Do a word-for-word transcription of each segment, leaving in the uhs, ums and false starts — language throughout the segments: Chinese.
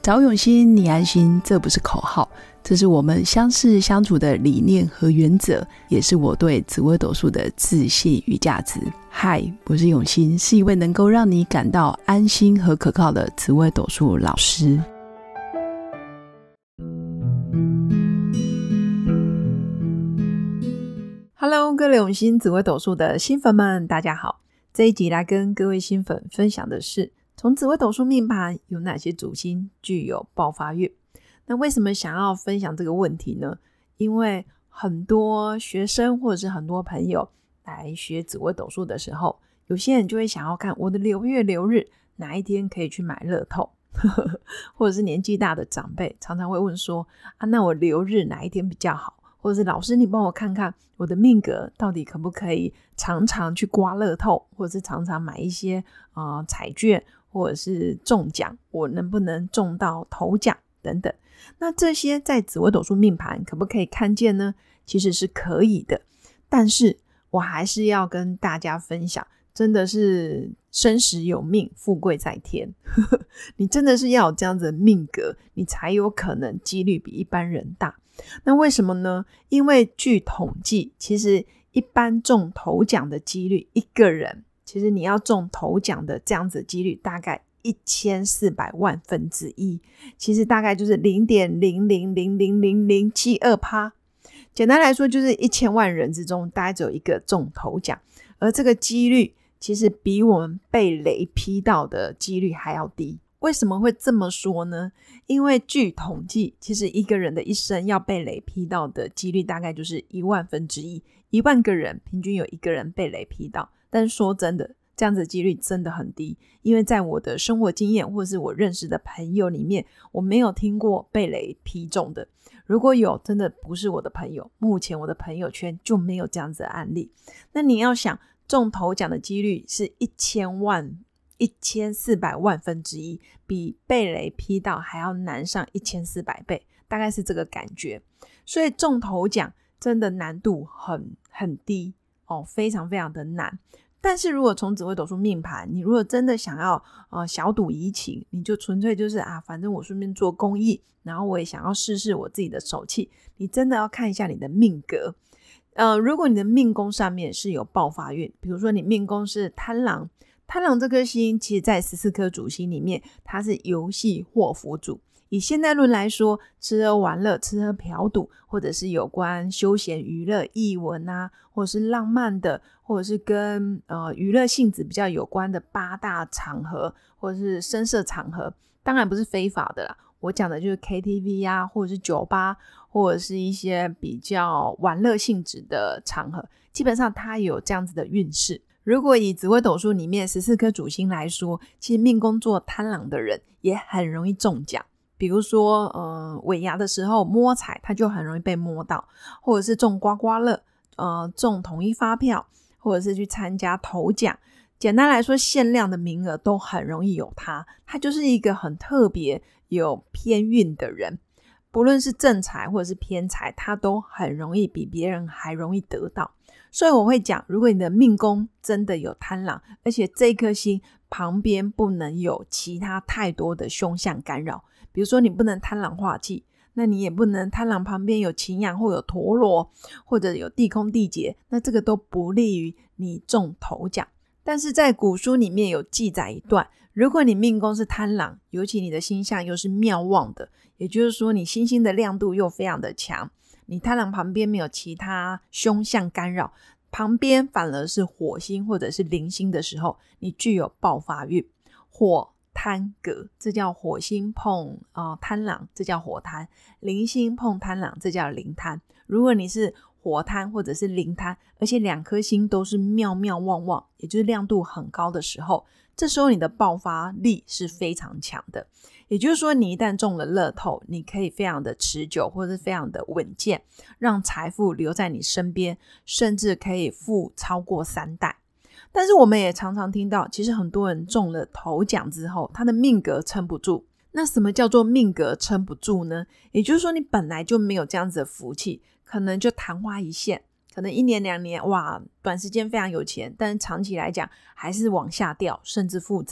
找永新，你安心，这不是口号，这是我们相识相处的理念和原则，也是我对紫微斗数的自信与价值。嗨，我是永新，是一位能够让你感到安心和可靠的紫微斗数老师。Hello， 各位永新紫微斗数的新粉们，大家好。这一集来跟各位新粉分享的是，从紫微斗数命盘有哪些主星具有爆发运。那为什么想要分享这个问题呢？因为很多学生或者是很多朋友来学紫微斗数的时候，有些人就会想要看我的流月流日哪一天可以去买乐透或者是年纪大的长辈常常会问说啊，那我流日哪一天比较好，或者是老师你帮我看看我的命格到底可不可以常常去刮乐透，或者是常常买一些呃彩券或者是中奖，我能不能中到头奖等等。那这些在紫微斗数命盘可不可以看见呢？其实是可以的，但是我还是要跟大家分享，真的是生时有命，富贵在天你真的是要有这样子的命格，你才有可能几率比一般人大。那为什么呢？因为据统计，其实一般中头奖的几率，一个人其实你要中头奖的这样子的几率大概一千四百万分之一，其实大概就是 零点零零零零零零七二 %。简单来说，就是一千万人之中大概只有一个中头奖，而这个几率其实比我们被雷劈到的几率还要低。为什么会这么说呢？因为据统计，其实一个人的一生要被雷劈到的几率大概就是一万分之一，一万个人平均有一个人被雷劈到。但是说真的，这样子的几率真的很低，因为在我的生活经验或是我认识的朋友里面，我没有听过被雷劈中的。如果有，真的不是我的朋友，目前我的朋友圈就没有这样子的案例。那你要想，中头奖的几率是一千万一千四百万分之一，比被雷劈到还要难上一千四百倍，大概是这个感觉。所以中头奖真的难度很很低哦，非常非常的难。但是如果从紫微斗数命盘，你如果真的想要呃小赌怡情，你就纯粹就是啊，反正我顺便做公益，然后我也想要试试我自己的手气，你真的要看一下你的命格。呃，如果你的命宫上面是有爆发运，比如说你命宫是贪狼，贪狼这颗星其实在十四颗主星里面，它是游戏祸福主。以现代论来说，吃喝玩乐、吃喝嫖赌，或者是有关休闲娱乐、艺文啊，或者是浪漫的，或者是跟呃娱乐性质比较有关的八大场合，或者是声色场合，当然不是非法的啦，我讲的就是 K T V 啊，或者是酒吧，或者是一些比较玩乐性质的场合，基本上它有这样子的运势。如果以紫微斗数里面十四颗主星来说，其实命宫做贪狼的人也很容易中奖。比如说呃，尾牙的时候摸彩，他就很容易被摸到，或者是中刮刮乐，呃，中统一发票，或者是去参加头奖。简单来说，限量的名额都很容易有他，他就是一个很特别有偏运的人，不论是正财或者是偏财，他都很容易比别人还容易得到。所以我会讲，如果你的命宫真的有贪狼，而且这颗星旁边不能有其他太多的凶相干扰，比如说你不能贪狼化忌，那你也不能贪狼旁边有擎羊或有陀罗，或者有地空地劫，那这个都不利于你中头奖。但是在古书里面有记载一段，如果你命宫是贪狼，尤其你的星象又是妙旺的，也就是说你星星的亮度又非常的强，你贪狼旁边没有其他凶相干扰，旁边反而是火星或者是铃星的时候，你具有爆发运。火贪格，这叫火星碰、呃、贪狼，这叫火贪；铃星碰贪狼，这叫铃贪。如果你是火贪或者是铃贪，而且两颗星都是妙妙旺旺，也就是亮度很高的时候，这时候你的爆发力是非常强的。也就是说，你一旦中了乐透，你可以非常的持久或者是非常的稳健，让财富留在你身边，甚至可以富超过三代。但是我们也常常听到，其实很多人中了头奖之后，他的命格撑不住。那什么叫做命格撑不住呢？也就是说，你本来就没有这样子的福气，可能就昙花一现，可能一年两年，哇，短时间非常有钱，但是长期来讲还是往下掉，甚至负债。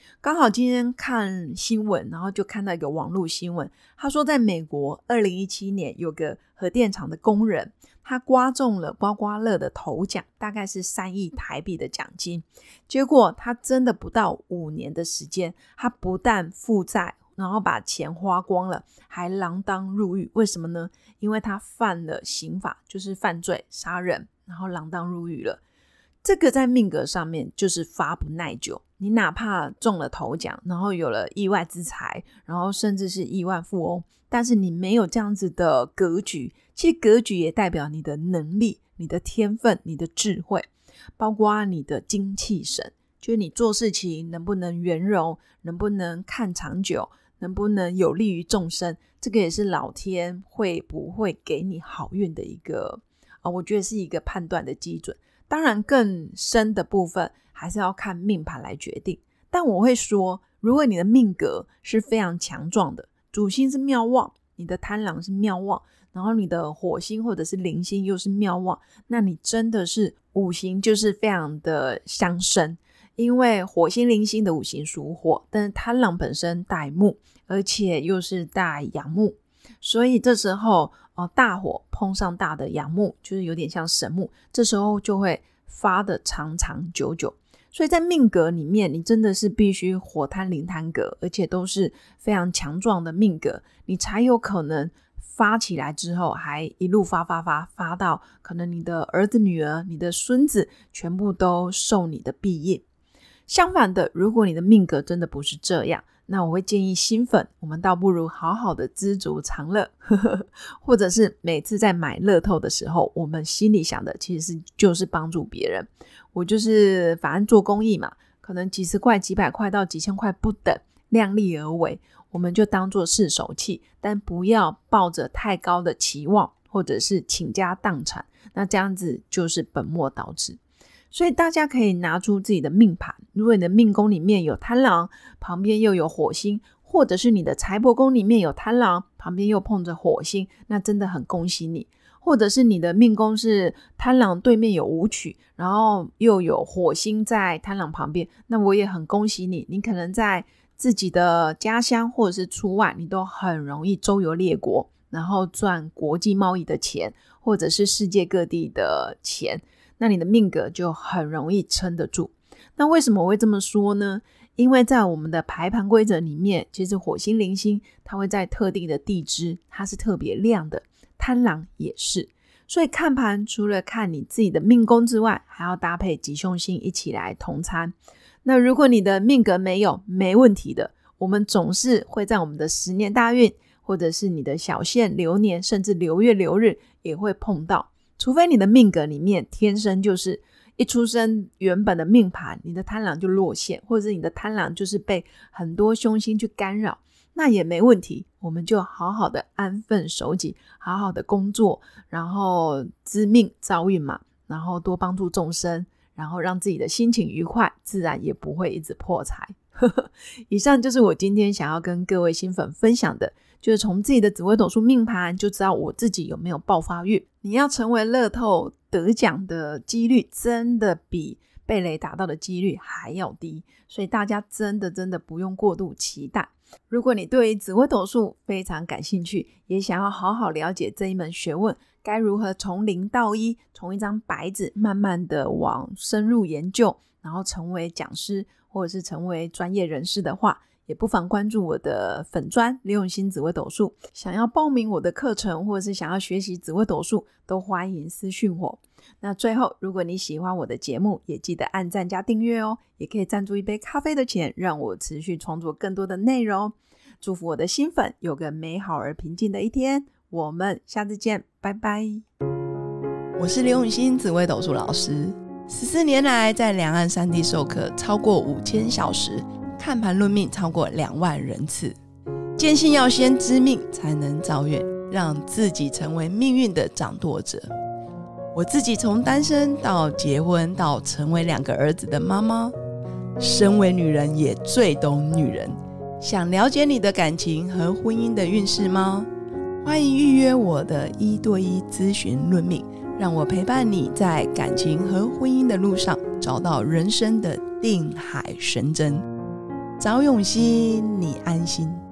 刚好今天看新闻，然后就看到一个网络新闻，他说在美国二零一七年有个核电厂的工人，他刮中了刮刮乐的头奖，大概是三亿台币的奖金。结果他真的不到五年的时间，他不但负债，然后把钱花光了，还锒铛入狱。为什么呢？因为他犯了刑法，就是犯罪杀人，然后锒铛入狱了。这个在命格上面就是发不耐久，你哪怕中了头奖，然后有了意外之财，然后甚至是亿万富翁，但是你没有这样子的格局，其实格局也代表你的能力、你的天分、你的智慧，包括你的精气神，就是你做事情能不能圆融，能不能看长久，能不能有利于众生，这个也是老天会不会给你好运的一个、呃、我觉得是一个判断的基准。当然更深的部分还是要看命盘来决定，但我会说，如果你的命格是非常强壮的，主星是妙旺，你的贪狼是妙旺，然后你的火星或者是铃星又是妙旺，那你真的是五行就是非常的相生。因为火星铃星的五行属火，但是贪狼本身带木，而且又是带阳木，所以这时候、呃、大火碰上大的阳木，就是有点像神木，这时候就会发的长长久久。所以在命格里面，你真的是必须火贪铃贪格，而且都是非常强壮的命格，你才有可能发起来之后还一路发发发发到可能你的儿子女儿、你的孙子全部都受你的庇荫。相反的，如果你的命格真的不是这样，那我会建议新粉，我们倒不如好好的知足常乐或者是每次在买乐透的时候，我们心里想的其实是就是帮助别人。我就是反正做公益嘛，可能几十块几百块到几千块不等，量力而为，我们就当作是手气，但不要抱着太高的期望，或者是倾家荡产，那这样子就是本末倒置。所以大家可以拿出自己的命盘，如果你的命宫里面有贪狼，旁边又有火星，或者是你的财帛宫里面有贪狼，旁边又碰着火星，那真的很恭喜你。或者是你的命宫是贪狼对面有武曲，然后又有火星在贪狼旁边，那我也很恭喜你，你可能在自己的家乡或者是出外，你都很容易周游列国，然后赚国际贸易的钱，或者是世界各地的钱，那你的命格就很容易撑得住。那为什么我会这么说呢？因为在我们的排盘规则里面，其实火星铃星它会在特定的地支，它是特别亮的，贪狼也是。所以看盘除了看你自己的命宫之外，还要搭配吉凶星一起来同参。那如果你的命格没有，没问题的，我们总是会在我们的十年大运，或者是你的小限流年，甚至流月流日也会碰到。除非你的命格里面天生就是一出生原本的命盘，你的贪狼就落陷，或者是你的贪狼就是被很多凶星去干扰，那也没问题，我们就好好的安分守己，好好的工作，然后知命造运嘛，然后多帮助众生，然后让自己的心情愉快，自然也不会一直破财以上就是我今天想要跟各位新粉分享的，就是从自己的紫微斗数命盘就知道我自己有没有爆发运。你要成为乐透得奖的几率真的比被雷打到的几率还要低，所以大家真的真的不用过度期待。如果你对紫微斗数非常感兴趣，也想要好好了解这一门学问，该如何从零到一，从一张白纸慢慢的往深入研究，然后成为讲师或者是成为专业人士的话，也不妨关注我的粉专刘永新紫微斗数。想要报名我的课程，或者是想要学习紫微斗数，都欢迎私讯我。那最后，如果你喜欢我的节目，也记得按赞加订阅哦，也可以赞助一杯咖啡的钱，让我持续创作更多的内容。祝福我的新粉有个美好而平静的一天，我们下次见，拜拜。 我是刘永新紫微斗数老师，十四年来在两岸三地授课超过五千小时，看盘论命超过两万人次，坚信要先知命才能造运，让自己成为命运的掌舵者。我自己从单身到结婚到成为两个儿子的妈妈，身为女人也最懂女人。想了解你的感情和婚姻的运势吗？欢迎预约我的一对一咨询论命，让我陪伴你在感情和婚姻的路上找到人生的定海神针。 找永新，你安心。